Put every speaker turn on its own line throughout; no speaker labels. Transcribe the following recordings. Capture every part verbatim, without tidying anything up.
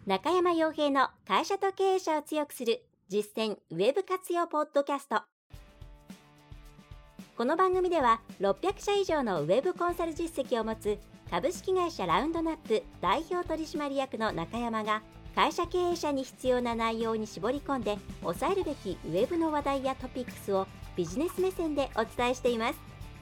中山洋平の会社と経営者を強くする実践ウェブ活用ポッドキャスト。この番組ではろっぴゃくしゃ以上のウェブコンサル実績を持つ株式会社ラウンドナップ代表取締役の中山が会社経営者に必要な内容に絞り込んで押さえるべきウェブの話題やトピックスをビジネス目線でお伝えしています。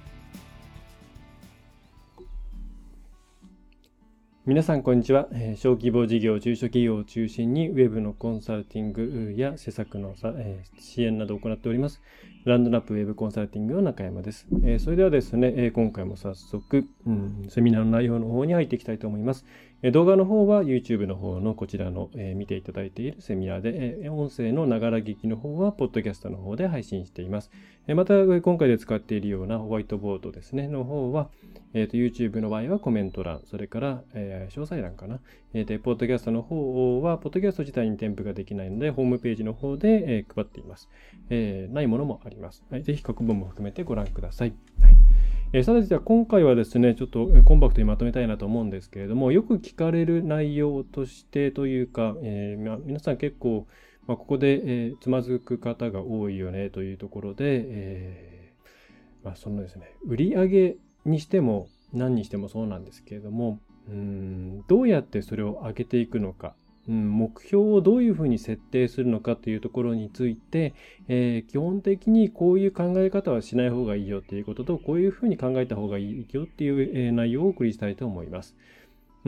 皆さんこんにちは。小規模事業、中小企業を中心にウェブのコンサルティングや施策の支援などを行っておりますラウンドナップウェブコンサルティングの中山です。それではですね、今回も早速、うん、セミナーの内容の方に入っていきたいと思います。動画の方は YouTube の方のこちらの見ていただいているセミナーで、音声のながら聞きの方はポッドキャストの方で配信しています。また今回で使っているようなホワイトボードですねの方は、えー、と YouTube の場合はコメント欄、それから、えー、詳細欄かな。えー、で、ポッドキャストの方は、ポッドキャスト自体に添付ができないので、ホームページの方で、えー、配っています。えー。ないものもあります。はい、ぜひ各文も含めてご覧ください。はい。えー、さて、じゃあ今回はですね、ちょっとコンパクトにまとめたいなと思うんですけれども、よく聞かれる内容としてというか、えーまあ、皆さん結構、まあ、ここで、えー、つまずく方が多いよねというところで、えーまあ、そのですね、売上にしても何にしてもそうなんですけれども、うーんどうやってそれを上げていくのか、うん、目標をどういうふうに設定するのかというところについて、えー、基本的にこういう考え方はしない方がいいよっていうことと、こういうふうに考えた方がいいよっていう、えー、内容をお送りしたいと思います。うん、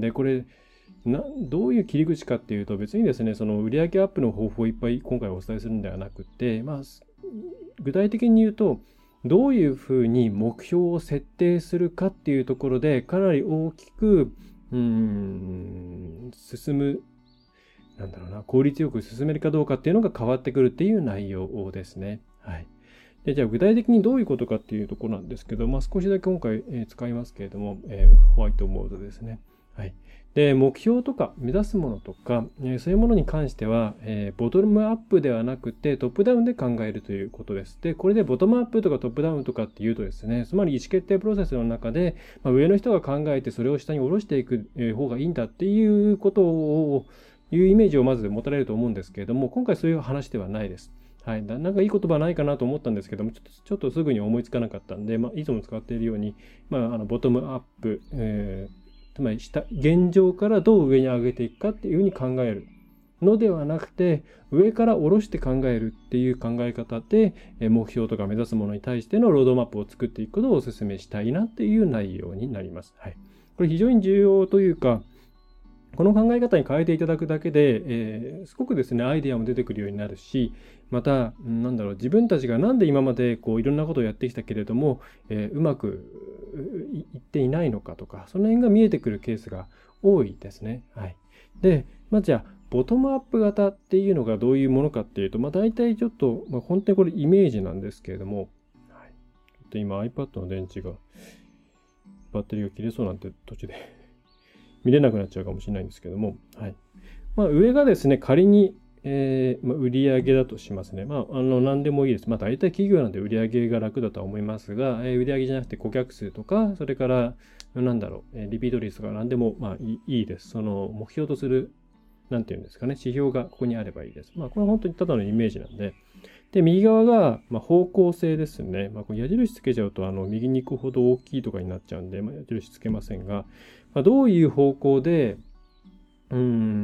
でこれなどういう切り口かっていうと、別にですね、その売上アップの方法をいっぱい今回お伝えするんではなくて、まあ、具体的に言うと、どういうふうに目標を設定するかっていうところで、かなり大きく、うーん、進む、なんだろうな、効率よく進めるかどうかっていうのが変わってくるっていう内容ですね。はい。で、じゃあ具体的にどういうことかっていうところなんですけど、まあ少しだけ今回、えー、使いますけれども、えー、ホワイトボードですね。はい。で、目標とか目指すものとか、えー、そういうものに関しては、えー、ボトムアップではなくてトップダウンで考えるということです。で、これでボトムアップとかトップダウンとかっていうとですね、つまり意思決定プロセスの中で、まあ、上の人が考えてそれを下に下ろしていく方がいいんだっていうことを、いうイメージをまず持たれると思うんですけれども、今回そういう話ではないです。はい。なんかいい言葉ないかなと思ったんですけども、ちょっと、ちょっとすぐに思いつかなかったんで、まあ、いつも使っているように、まあ、あの、ボトムアップ、えーつまり下、現状からどう上に上げていくかっていうふうに考えるのではなくて、上から下ろして考えるっていう考え方で、目標とか目指すものに対してのロードマップを作っていくことをお勧めしたいなっていう内容になります。はい。これ非常に重要というか、この考え方に変えていただくだけで、えー、すごくですね、アイデアも出てくるようになるし、また、なんだろう、自分たちがなんで今までこういろんなことをやってきたけれども、えー、うまくいっていないのかとか、その辺が見えてくるケースが多いですね。はい。で、まあ、じゃあ、ボトムアップ型っていうのがどういうものかっていうと、まあ、大体ちょっと、まあ、本当にこれイメージなんですけれども、はい、ちょっと今 iPad の電池が、バッテリーが切れそうなんて途中で見れなくなっちゃうかもしれないんですけども、はい。まあ、上がですね、仮に、えーまあ、売上だとしますね。まあ、あの、何でもいいです。まあ、大体企業なんで売上が楽だとは思いますが、えー、売上じゃなくて顧客数とか、それから、なんだろう、えー、リピート率とか何でも、まあいい、いいです。その、目標とする、なんていうんですかね、指標がここにあればいいです。まあ、これは本当にただのイメージなんで。で、右側が、まあ、方向性ですね。まあ、これ矢印つけちゃうと、あの、右に行くほど大きいとかになっちゃうんで、まあ、矢印つけませんが、まあ、どういう方向で、うん、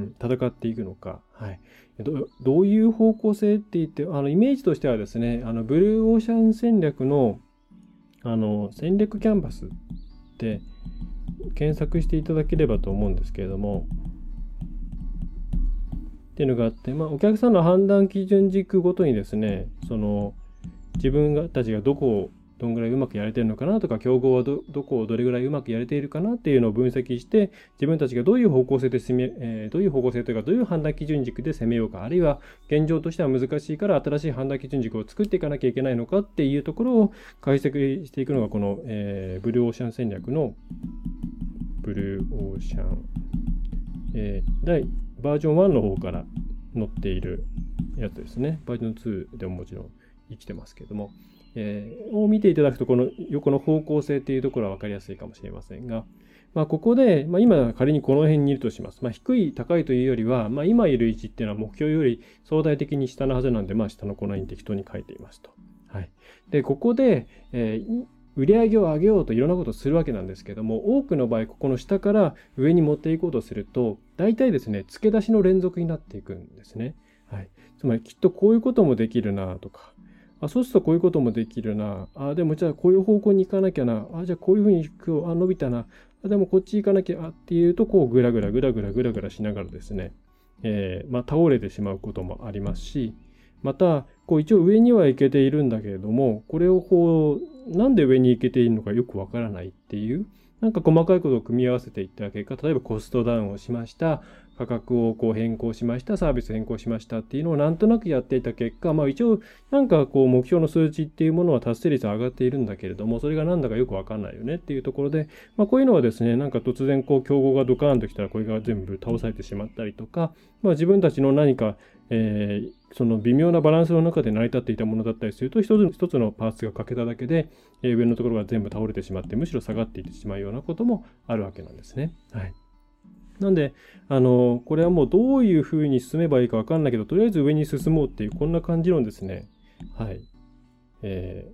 戦っていくのか。はい。ど, どういう方向性って言って、あの、イメージとしてはですね、あの、ブルーオーシャン戦略の、あの、戦略キャンバスって検索していただければと思うんですけれども、っていうのがあって、まあ、お客さんの判断基準軸ごとにですね、その、自分たちがどこをどんぐらいうまくやれてるのかなとか、競合は ど, どこをどれぐらいうまくやれているかなっていうのを分析して、自分たちがどういう方向性で攻め、えー、どういう方向性というか、どういう判断基準軸で攻めようか、あるいは現状としては難しいから新しい判断基準軸を作っていかなきゃいけないのかっていうところを解析していくのが、この、えー、ブルーオーシャン戦略のブルーオーシャン、えー、第バージョンワンの方から載っているやつですね。バージョンツーでももちろん生きてますけれども、えー、を見ていただくと、この横の方向性っていうところは分かりやすいかもしれませんが、 まあ、ここで、まあ、今仮にこの辺にいるとします。まあ、低い、高いというよりは、まあ、今いる位置っていうのは目標より相対的に下のはずなんで、まあ、下のこの辺に適当に書いていますと。はい。で、ここで、えー、売上を上げようといろんなことをするわけなんですけども、多くの場合、ここの下から上に持っていこうとすると、大体ですね、付け出しの連続になっていくんですね。はい。つまり、きっとこういうこともできるなとか、あ、そうするとこういうこともできるな。あ、でもじゃあこういう方向に行かなきゃな。あ、じゃあこういうふうに行く。あ、伸びたな。あ、でもこっち行かなきゃ。あ、っていうと、こうぐらぐらぐらぐらぐらぐらしながらですね、えー、まあ倒れてしまうこともありますし、また、こう一応上には行けているんだけれども、これをこう、なんで上に行けているのかよくわからないっていう、なんか細かいことを組み合わせていった結果、例えばコストダウンをしました。価格をこう変更しました、サービス変更しましたっていうのをなんとなくやっていた結果、まあ一応なんかこう目標の数値っていうものは達成率上がっているんだけれども、それがなんだかよくわかんないよねっていうところで、まあこういうのはですね、なんか突然こう競合がドカーンときたらこれが全部倒されてしまったりとか、まあ自分たちの何か、えー、その微妙なバランスの中で成り立っていたものだったりすると、一つ一つのパーツが欠けただけで、えー、上のところが全部倒れてしまって、むしろ下がっていってしまうようなこともあるわけなんですね。はい。なんで、あの、これはもうどういうふうに進めばいいかわかんないけど、とりあえず上に進もうっていう、こんな感じのですね、はい、え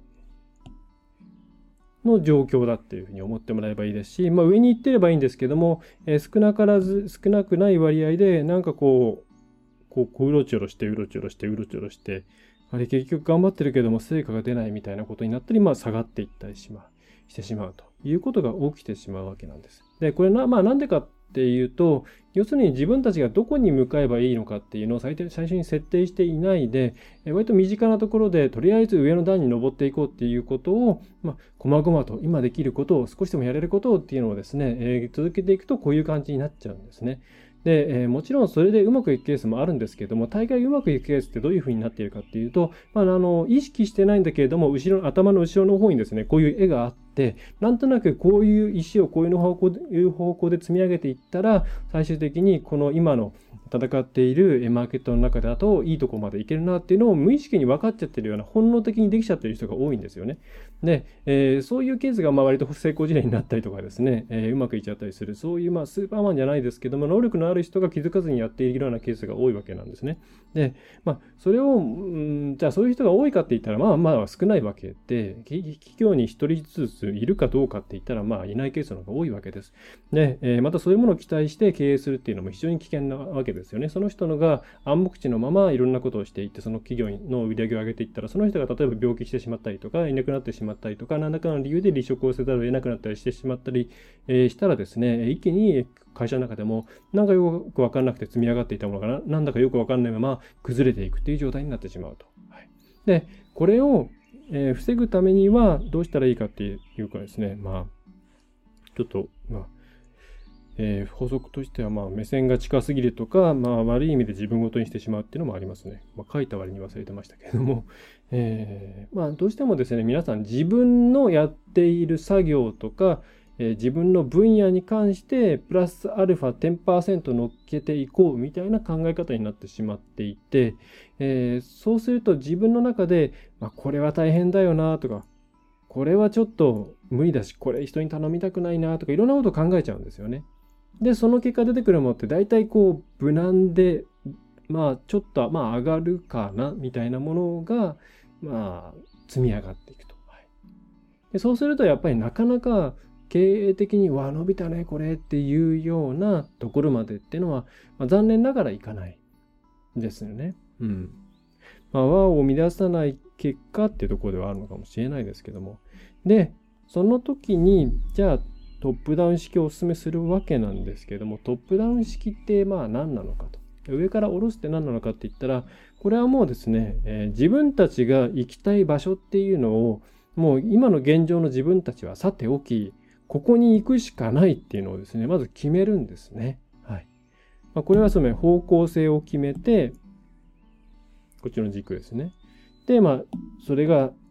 ー、の状況だっていうふうに思ってもらえばいいですし、まあ上に行ってればいいんですけども、えー、少なからず、少なくない割合で、なんかこう、こう、こううろちょろして、うろちょろして、うろちょろして、あれ結局頑張ってるけども成果が出ないみたいなことになったり、まあ下がっていったりしまう、してしまうということが起きてしまうわけなんです。で、これな、まあなんでかっていうと、要するに自分たちがどこに向かえばいいのかっていうのを最初に設定していないで、割と身近なところでとりあえず上の段に登っていこうっていうことを、まあ、細々と今できることを少しでもやれることをっていうのをですね、えー、続けていくとこういう感じになっちゃうんですね。で、えー、もちろんそれでうまくいくケースもあるんですけども、大概うまくいくケースってどういうふうになっているかっていうと、まあ、あの、意識してないんだけれども、後ろ、頭の後ろの方にですね、こういう絵があって、なんとなくこういう石をこういう方向で、いう方向で積み上げていったら、最終的にこの今の戦っているマーケットの中だといいところまでいけるなっていうのを無意識に分かっちゃってるような、本能的にできちゃってる人が多いんですよね。で、えー、そういうケースがまあ割と成功事例になったりとかですね、えー、うまくいっちゃったりする、そういうまあスーパーマンじゃないですけども、能力のある人が気づかずにやっているようなケースが多いわけなんですね。で、まあ、それを、んじゃあそういう人が多いかって言ったら、まあまあ少ないわけで、企業に一人ずついるかどうかって言ったら、まあいないケースの方が多いわけです。で、えー、またそういうものを期待して経営するっていうのも非常に危険なわけですよね。その人のが暗黙知のままいろんなことをしていって、その企業の売り上げを上げていったら、その人が例えば病気してしまったりとか、いなくなってしまったりとか、何らかの理由で離職をせざるを得なくなったりしてしまったり、えー、したらですね、一気に会社の中でもなんかよく分かんなくて積み上がっていたものがな、なんだかよく分かんないまま崩れていくっていう状態になってしまうと。はい、で、これを、えー、防ぐためにはどうしたらいいかっていうかですね、まあ、ちょっと、まあ、えー、法則としては、まあ、目線が近すぎるとか、まあ、悪い意味で自分ごとにしてしまうっていうのもありますね。まあ、書いた割に忘れてましたけれども、えー、まあ、どうしてもですね、皆さん自分のやっている作業とか、えー、自分の分野に関して、プラスアルファ じゅっパーセント 乗っけていこうみたいな考え方になってしまっていて、えー、そうすると自分の中で、まあ、これは大変だよなとか、これはちょっと無理だし、これ人に頼みたくないなとか、いろんなことを考えちゃうんですよね。で、その結果出てくるものって大体こう無難で、まあちょっとまあ上がるかなみたいなものが、まあ積み上がっていくと。はい、でそうするとやっぱりなかなか経営的にわ伸びたねこれっていうようなところまでっていうのは、まあ、残念ながらいかないですよね。うん。まあ輪を生み出さない結果っていうところではあるのかもしれないですけども。で、その時にじゃあトップダウン式をお勧めするわけなんですけども、トップダウン式ってまあ何なのかと。上から下ろすって何なのかって言ったら、これはもうですね、えー、自分たちが行きたい場所っていうのを、もう今の現状の自分たちはさておき、ここに行くしかないっていうのをですね、まず決めるんですね。はい。まあ、これはその方向性を決めて、こっちの軸ですね。で、まあ、それが、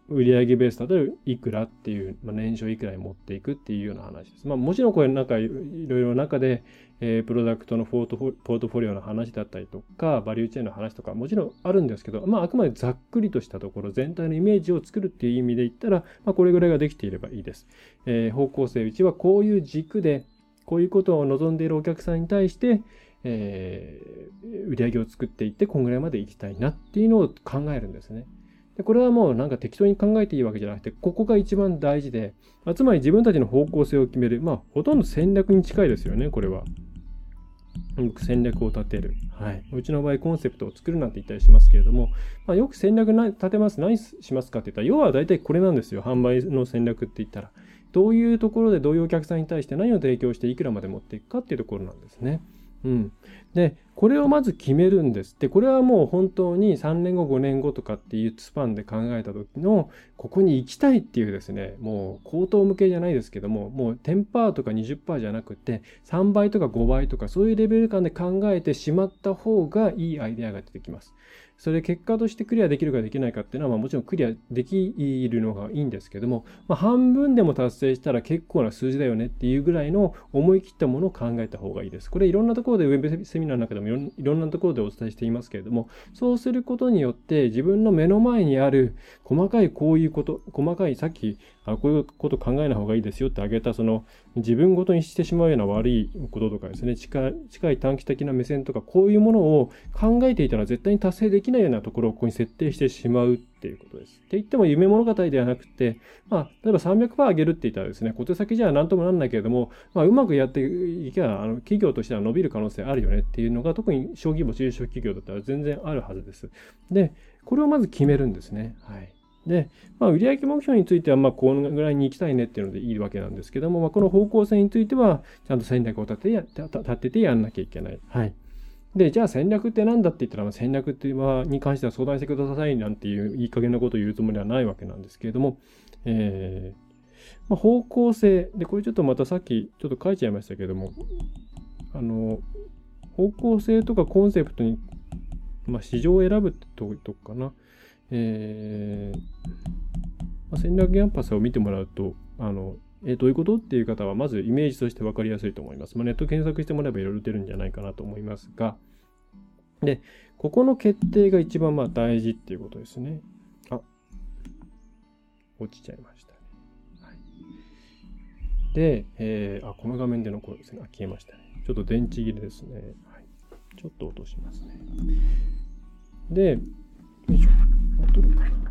売上ベースだといくらっていう、まあ、年商いくらに持っていくっていうような話です。まあもちろんこれなんかいろいろ中で、えー、プロダクトのポートフォ、ポートフォリオの話だったりとか、バリューチェーンの話とかもちろんあるんですけど、まああくまでざっくりとしたところ、全体のイメージを作るっていう意味で言ったら、まあこれぐらいができていればいいです。えー、方向性、うちはこういう軸で、こういうことを望んでいるお客さんに対して、えー、売り上げを作っていって、こんぐらいまで行きたいなっていうのを考えるんですね。でこれはもうなんか適当に考えていいわけじゃなくて、ここが一番大事で、つまり自分たちの方向性を決める。まあ、ほとんど戦略に近いですよね、これは。戦略を立てる。はい。うちの場合、コンセプトを作るなんて言ったりしますけれども、まあ、よく戦略立てます。何しますかって言ったら、要は大体これなんですよ。販売の戦略って言ったら。どういうところでどういうお客さんに対して何を提供していくらまで持っていくかっていうところなんですね。うん。で、これをまず決めるんです。で、これはもう本当にさんねんご、ごねんごとかっていうスパンで考えた時の、ここに行きたいっていうですね、もう口頭向けじゃないですけども、もう じゅっパーセント とか にじゅっパーセント じゃなくて、さんばいとかごばいとかそういうレベル感で考えてしまった方がいいアイデアが出てきます。それ結果としてクリアできるかできないかっていうのは、まあ、もちろんクリアできるのがいいんですけども、まあ、半分でも達成したら結構な数字だよねっていうぐらいの思い切ったものを考えた方がいいです。これいろんなところでウェブセミナーの中でもいろんいろんなところでお伝えしていますけれども、そうすることによって自分の目の前にある細かいこういうこと、細かいさっきあこういうこと考えない方がいいですよって挙げたその自分ごとにしてしまうような悪いこととかですね、近い、近い短期的な目線とかこういうものを考えていたら絶対に達成できないようなところをここに設定してしまうっていうことです。って言っても夢物語ではなくて、まあ、例えば さんびゃくパーセント 上げるって言ったらですね、小手先じゃ何ともなんないけれども、まあ、うまくやっていけばあの企業としては伸びる可能性あるよねっていうのが特に小規模中小企業だったら全然あるはずです。で、これをまず決めるんですね。はい。で、まあ、売上目標については、まあ、このぐらいに行きたいねっていうのでいいわけなんですけども、まあ、この方向性については、ちゃんと戦略を立ててや、立ててやんなきゃいけない。はい。で、じゃあ戦略って何だって言ったら、まあ、戦略ってはに関しては相談してくださいなんていういい加減なことを言うつもりはないわけなんですけれども、えーまあ、方向性。で、これちょっとまたさっきちょっと書いちゃいましたけども、あの、方向性とかコンセプトに、まあ、市場を選ぶってとこかな。えーまあ、戦略キャンパスを見てもらうと、あの、えー、どういうことっていう方は、まずイメージとして分かりやすいと思います。まあ、ネット検索してもらえばいろいろ出るんじゃないかなと思いますが、で、ここの決定が一番まあ大事っていうことですね。あ、落ちちゃいましたね。はい、で、えー、あ、この画面でのこれですね。あ、消えましたね。ちょっと電池切れですね。はい、ちょっと落としますね。で、よいしょ。取るかな。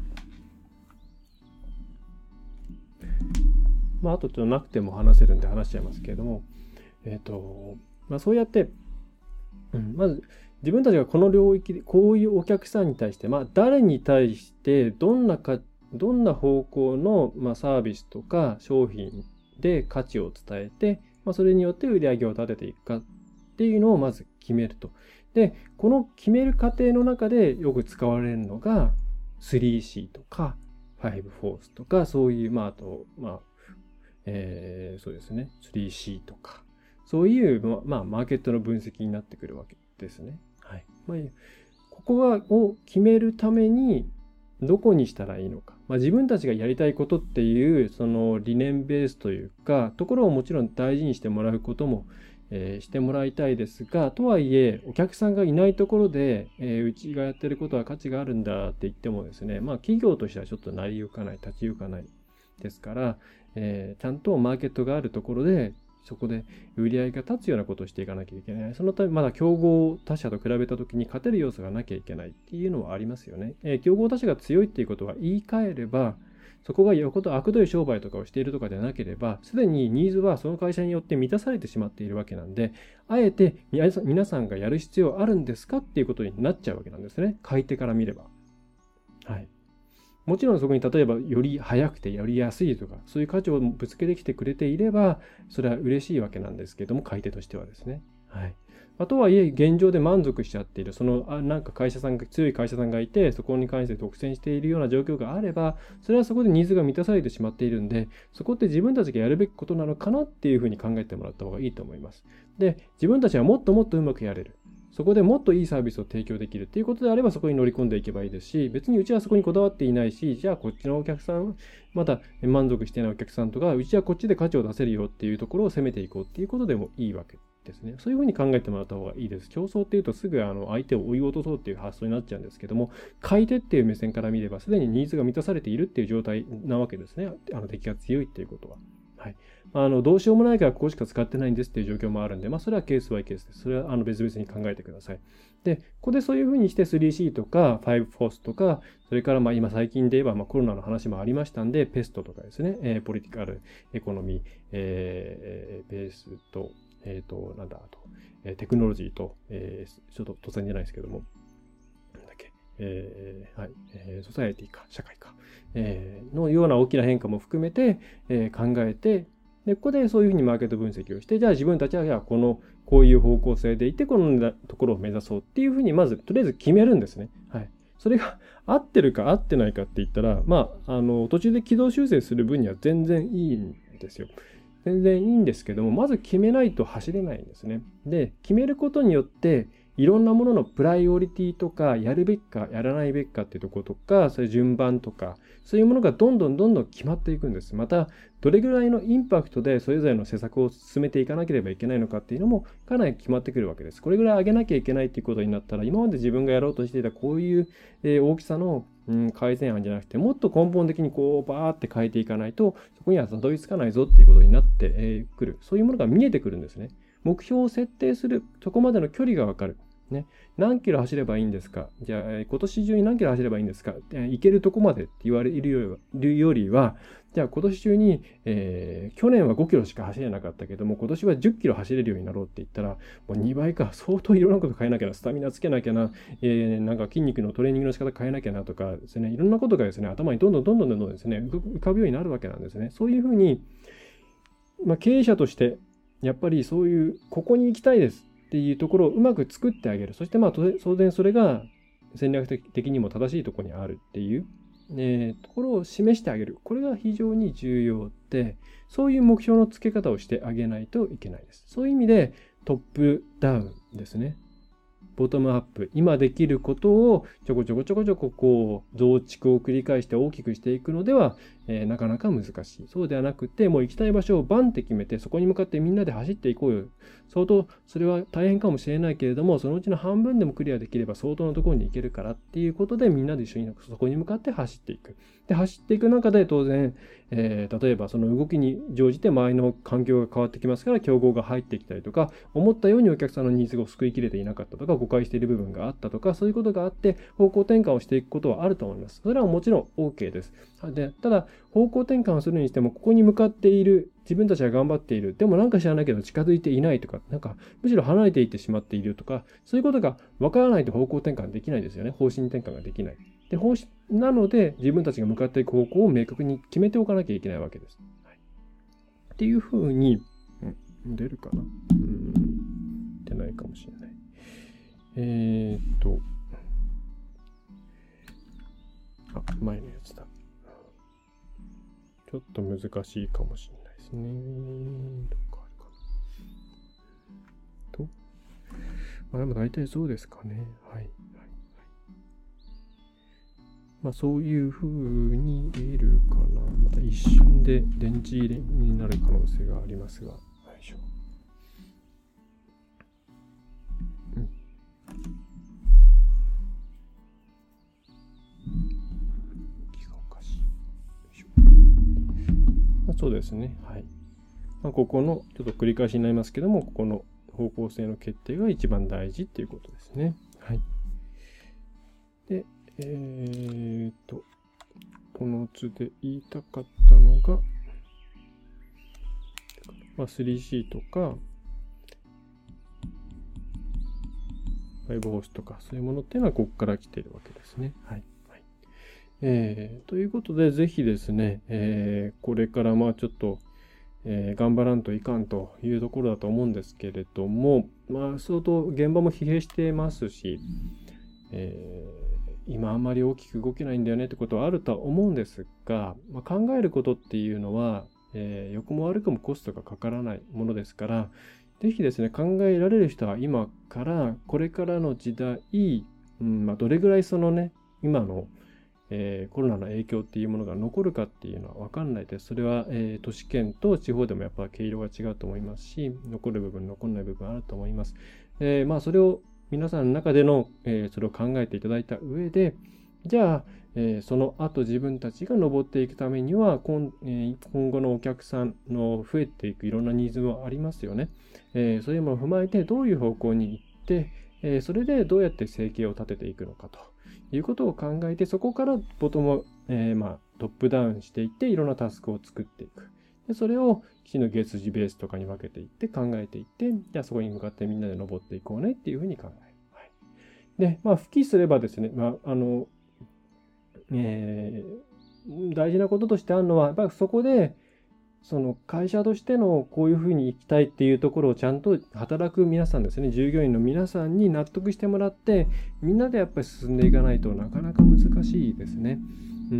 まあ、あとちょっとなくても話せるんで話しちゃいますけれども、えっと、まあ、そうやって、うん、まず自分たちがこの領域で、こういうお客さんに対して、まあ、誰に対してどんなか、どんな方向の、まあ、サービスとか商品で価値を伝えて、まあ、それによって売り上げを立てていくかっていうのをまず決めると。で、この決める過程の中でよく使われるのが スリーシー とかファイブフォースとか、そういう、まあ、あと、まあ、えー、そうですね、スリーシー とか、そういう、まあ、マーケットの分析になってくるわけですね。はい。まあ、ここはを決めるために、どこにしたらいいのか。まあ、自分たちがやりたいことっていう、その理念ベースというか、ところをもちろん大事にしてもらうことも、えー、してもらいたいですが、とはいえ、お客さんがいないところで、えー、うちがやってることは価値があるんだって言ってもですね、まあ、企業としてはちょっと成り行かない、立ち行かないですから、えー、ちゃんとマーケットがあるところで、そこで売り上げが立つようなことをしていかなきゃいけない。そのため、まだ競合他社と比べたときに勝てる要素がなきゃいけないっていうのはありますよね。えー、競合他社が強いっていうことは言い換えれば、そこが横と悪どい商売とかをしているとかではなければ、すでにニーズはその会社によって満たされてしまっているわけなんで、あえて皆さんがやる必要あるんですかっていうことになっちゃうわけなんですね。買い手から見れば。はい。もちろんそこに例えばより早くてより安いとか、そういう価値をぶつけてきてくれていれば、それは嬉しいわけなんですけども、買い手としてはですね。はい。あとはいえ、現状で満足しちゃっている、その、あなんか会社さんが、強い会社さんがいて、そこに関して独占しているような状況があれば、それはそこでニーズが満たされてしまっているんで、そこって自分たちがやるべきことなのかなっていうふうに考えてもらった方がいいと思います。で、自分たちはもっともっとうまくやれる。 そこでもっといいサービスを提供できるっていうことであればそこに乗り込んでいけばいいですし、別にうちはそこにこだわっていないし、じゃあこっちのお客さん、まだ満足していないお客さんとか、うちはこっちで価値を出せるよっていうところを攻めていこうっていうことでもいいわけですね。そういうふうに考えてもらった方がいいです。競争っていうとすぐあの相手を追い落とそうっていう発想になっちゃうんですけども、買い手っていう目線から見ればすでにニーズが満たされているっていう状態なわけですね。あの敵が強いっていうことは。はい。あのどうしようもないからここしか使ってないんですっていう状況もあるんで、まあ、それはケースバイケースです。それはあの別々に考えてください。で、ここでそういうふうにして スリーシー とか ファイブフォース とか、それからまあ今最近で言えばまあコロナの話もありましたんで、ペストとかですね、えー、ポリティカルエコノミー、えー、ベースと、えっ、ー、と、なんだ、あと、テクノロジーと、えー、ちょっと突然じゃないですけども、なんだっけ、えー、はい、えー、ソサエティか、社会か、えー、のような大きな変化も含めて、えー、考えて、で、ここでそういうふうにマーケット分析をして、じゃあ自分たちは、じゃあこの、こういう方向性でいて、このところを目指そうっていうふうに、まず、とりあえず決めるんですね。はい。それが合ってるか合ってないかって言ったら、まあ、あの、途中で軌道修正する分には全然いいんですよ。全然いいんですけども、まず決めないと走れないんですね。で、決めることによって、いろんなもののプライオリティとか、やるべきか、やらないべきかっていうところとか、そういう順番とか、そういうものがどんどんどんどん決まっていくんです。また、どれぐらいのインパクトでそれぞれの施策を進めていかなければいけないのかっていうのもかなり決まってくるわけです。これぐらい上げなきゃいけないっていうことになったら、今まで自分がやろうとしていたこういう大きさのうん、改善案じゃなくて、もっと根本的にこうバーって変えていかないと、そこにはたどり着かないぞっていうことになってくる。そういうものが見えてくるんですね。目標を設定する、そこまでの距離がわかる。ね、何キロ走ればいいんですか？じゃあ、今年中に何キロ走ればいいんですか？行けるとこまでって言われるよりは、じゃあ今年中に、えー、去年はごキロしか走れなかったけども、今年はじゅっキロ走れるようになろうって言ったら、もうにばいか、相当いろんなこと変えなきゃな、スタミナつけなきゃな、えー、なんか筋肉のトレーニングの仕方変えなきゃなとかですね、いろんなことがですね、頭にどんどんどんどんどんどんですね、浮かぶようになるわけなんですね。そういうふうに、まあ、経営者として、やっぱりそういう、ここに行きたいですっていうところをうまく作ってあげる。そしてまあ当然それが戦略的にも正しいところにあるっていう、ね、ところを示してあげる。これが非常に重要で、そういう目標の付け方をしてあげないといけないです。そういう意味でトップダウンですね。ボトムアップ、今できることをちょこちょこちょこちょここう増築を繰り返して大きくしていくのでは、えー、なかなか難しい。そうではなくて、もう行きたい場所をバンって決めて、そこに向かってみんなで走っていこうよ。相当、それは大変かもしれないけれども、そのうちの半分でもクリアできれば相当のところに行けるからっていうことで、みんなで一緒にそこに向かって走っていく。で、走っていく中で当然、えー、例えばその動きに乗じて周りの環境が変わってきますから、競合が入ってきたりとか、思ったようにお客さんのニーズを救いきれていなかったとか、誤解している部分があったとか、そういうことがあって方向転換をしていくことはあると思います。それはもちろん OK です。で、ただ方向転換をするにしても、ここに向かっている、自分たちは頑張っている、でもなんか知らないけど近づいていないとか、なんかむしろ離れていってしまっているとか、そういうことが分からないと方向転換できないですよね。方針転換ができない。で、方針なので自分たちが向かっていく方向を明確に決めておかなきゃいけないわけです。はい、っていうふうに、うん、出るかな？うん、出ないかもしれない。えーっと、あ、前のやつだ。ちょっと難しいかもしれないですね。どっかあるかな。と、まあでも大体そうですかね。はい。はい、まあそういう風に出るかな。また一瞬で電池入れになる可能性がありますが。よいしょ。うん。そうですね。はい。まあ、ここの、ちょっと繰り返しになりますけども、ここの方向性の決定が一番大事っていうことですね。はい。で、えー、っと、この図で言いたかったのが、まあ、スリーシー とか、ファイブホースとか、そういうものっていうのはここから来ているわけですね。はい。えー、ということで、ぜひですね、えー、これからまあちょっと、えー、頑張らんといかんというところだと思うんですけれども、まあ相当現場も疲弊してますし、えー、今あまり大きく動けないんだよねってことはあるとは思うんですが、まあ、考えることっていうのは、えー、良くも悪くもコストがかからないものですから、 ぜひですね、考えられる人は今からこれからの時代、うんまあ、どれぐらいそのね、今の、えー、コロナの影響っていうものが残るかっていうのは分かんないです。それは、えー、都市圏と地方でもやっぱ毛色が違うと思いますし、残る部分、残らない部分あると思います。えー、まあそれを皆さんの中での、えー、それを考えていただいた上で、じゃあ、えー、その後自分たちが登っていくためには今、えー、今後のお客さんの増えていくいろんなニーズもありますよね。えー、そういうものを踏まえてどういう方向に行って、えー、それでどうやって生計を立てていくのかということを考えて、そこからボトム、えー、まあトップダウンしていっていろんなタスクを作っていく。でそれを木の月次ベースとかに分けていって考えていって、じゃあそこに向かってみんなで登っていこうねっていうふうに考える。はい、で、まあ、復帰すればですね、まあ、あの、えー、大事なこととしてあるのは、やっぱりそこで、その会社としてのこういうふうに行きたいっていうところをちゃんと働く皆さんですね、従業員の皆さんに納得してもらって、みんなでやっぱり進んでいかないとなかなか難しいですね。うん、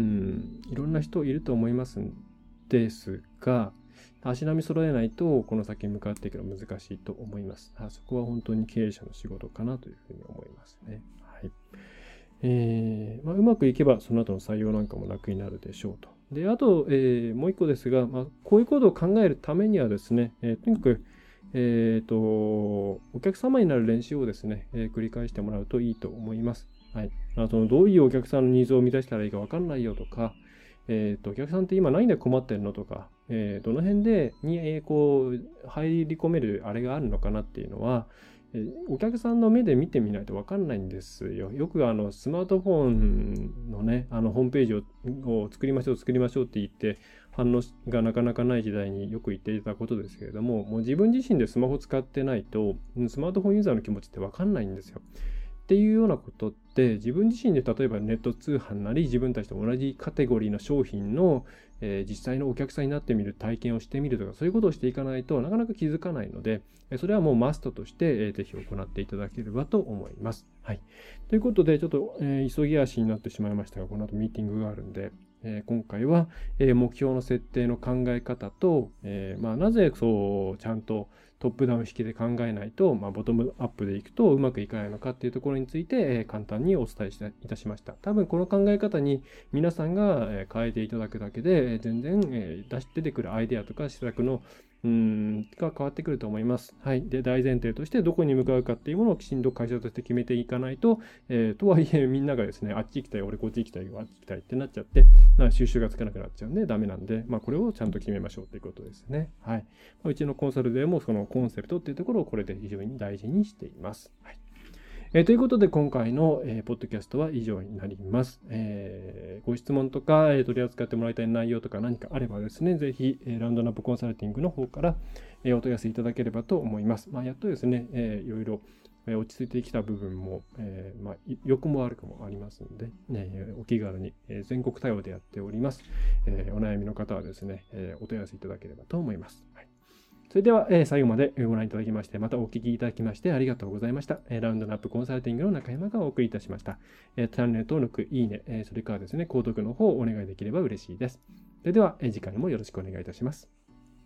いろんな人いると思いますんですが、足並み揃えないとこの先向かっていくのは難しいと思います。そこは本当に経営者の仕事かなというふうに思いますね。はい。えーまあ、うまくいけばその後の採用なんかも楽になるでしょうと。で、あと、えー、もう一個ですが、まあ、こういうことを考えるためにはですね、えー、とにかく、えーと、お客様になる練習をですね、えー、繰り返してもらうといいと思います。はい。まあ、そのどういうお客さんのニーズを満たしたらいいか分かんないよとか、えーと、お客さんって今何で困ってるのとか、えー、どの辺でに、えー、こう入り込めるあれがあるのかなっていうのは、お客さんの目で見てみないと分かんないんですよ。よくあのスマートフォンのね、あのホームページをを作りましょう作りましょうって言って反応がなかなかない時代によく言っていたことですけれども、もう自分自身でスマホ使ってないとスマートフォンユーザーの気持ちって分かんないんですよ。っていうようなことって自分自身で例えばネット通販なり自分たちと同じカテゴリーの商品の、えー、実際のお客さんになってみる体験をしてみるとかそういうことをしていかないとなかなか気づかないので、それはもうマストとして、えー、ぜひ行っていただければと思います。はい。ということでちょっと、えー、急ぎ足になってしまいましたが、この後ミーティングがあるんで、えー、今回は、えー、目標の設定の考え方と、えーまあ、なぜそうちゃんとトップダウン式で考えないと、まあ、ボトムアップでいくとうまくいかないのかっていうところについて、えー、簡単にお伝えいたしました。多分この考え方に皆さんが、えー、変えていただくだけで、えー、全然、えー、出して出てくるアイデアとか施策のうーんが変わってくると思います。はい。で、大前提としてどこに向かうかっていうものをきちんと会社として決めていかないと、えー、とはいえみんながですね、あっち行きたい、俺こっち行きたい、あっち行きたいってなっちゃって、収集がつかなくなっちゃうんでダメなんで、まあこれをちゃんと決めましょうということですね。はい。うちのコンサルでもそのコンセプトっていうところをこれで非常に大事にしています。はい。えー、ということで今回の、えー、ポッドキャストは以上になります。えー、ご質問とか、えー、取り扱ってもらいたい内容とか何かあればですね、ぜひ、えー、ラウンドナップコンサルティングの方から、えー、お問い合わせいただければと思います。まあ、やっとですね、えー、いろいろ、えー、落ち着いてきた部分も、えーまあ、欲もあるかもありますので、ね、お気軽に、えー、全国対応でやっております。えー、お悩みの方はですね、えー、お問い合わせいただければと思います。はい。それでは、えー、最後までご覧いただきまして、またお聞きいただきましてありがとうございました。えー、ラウンドナップコンサルティングの中山がお送りいたしました。えー、チャンネル登録、いいね、えー、それからですね、購読の方をお願いできれば嬉しいです。それでは、えー、次回もよろしくお願いいたします。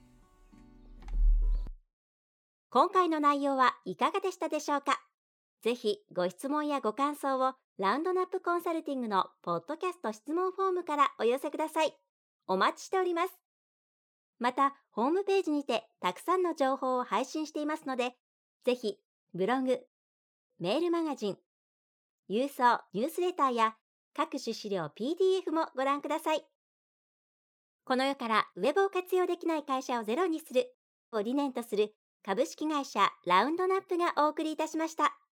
今回の内容はいかがでしたでしょうか。ぜひご質問やご感想をラウンドナップコンサルティングのポッドキャスト質問フォームからお寄せください。お待ちしております。また、ホームページにてたくさんの情報を配信していますので、ぜひブログ、メールマガジン、郵送ニュースレターや各種資料 ピーディーエフ もご覧ください。この世からウェブを活用できない会社をゼロにするを理念とする株式会社ラウンドナップがお送りいたしました。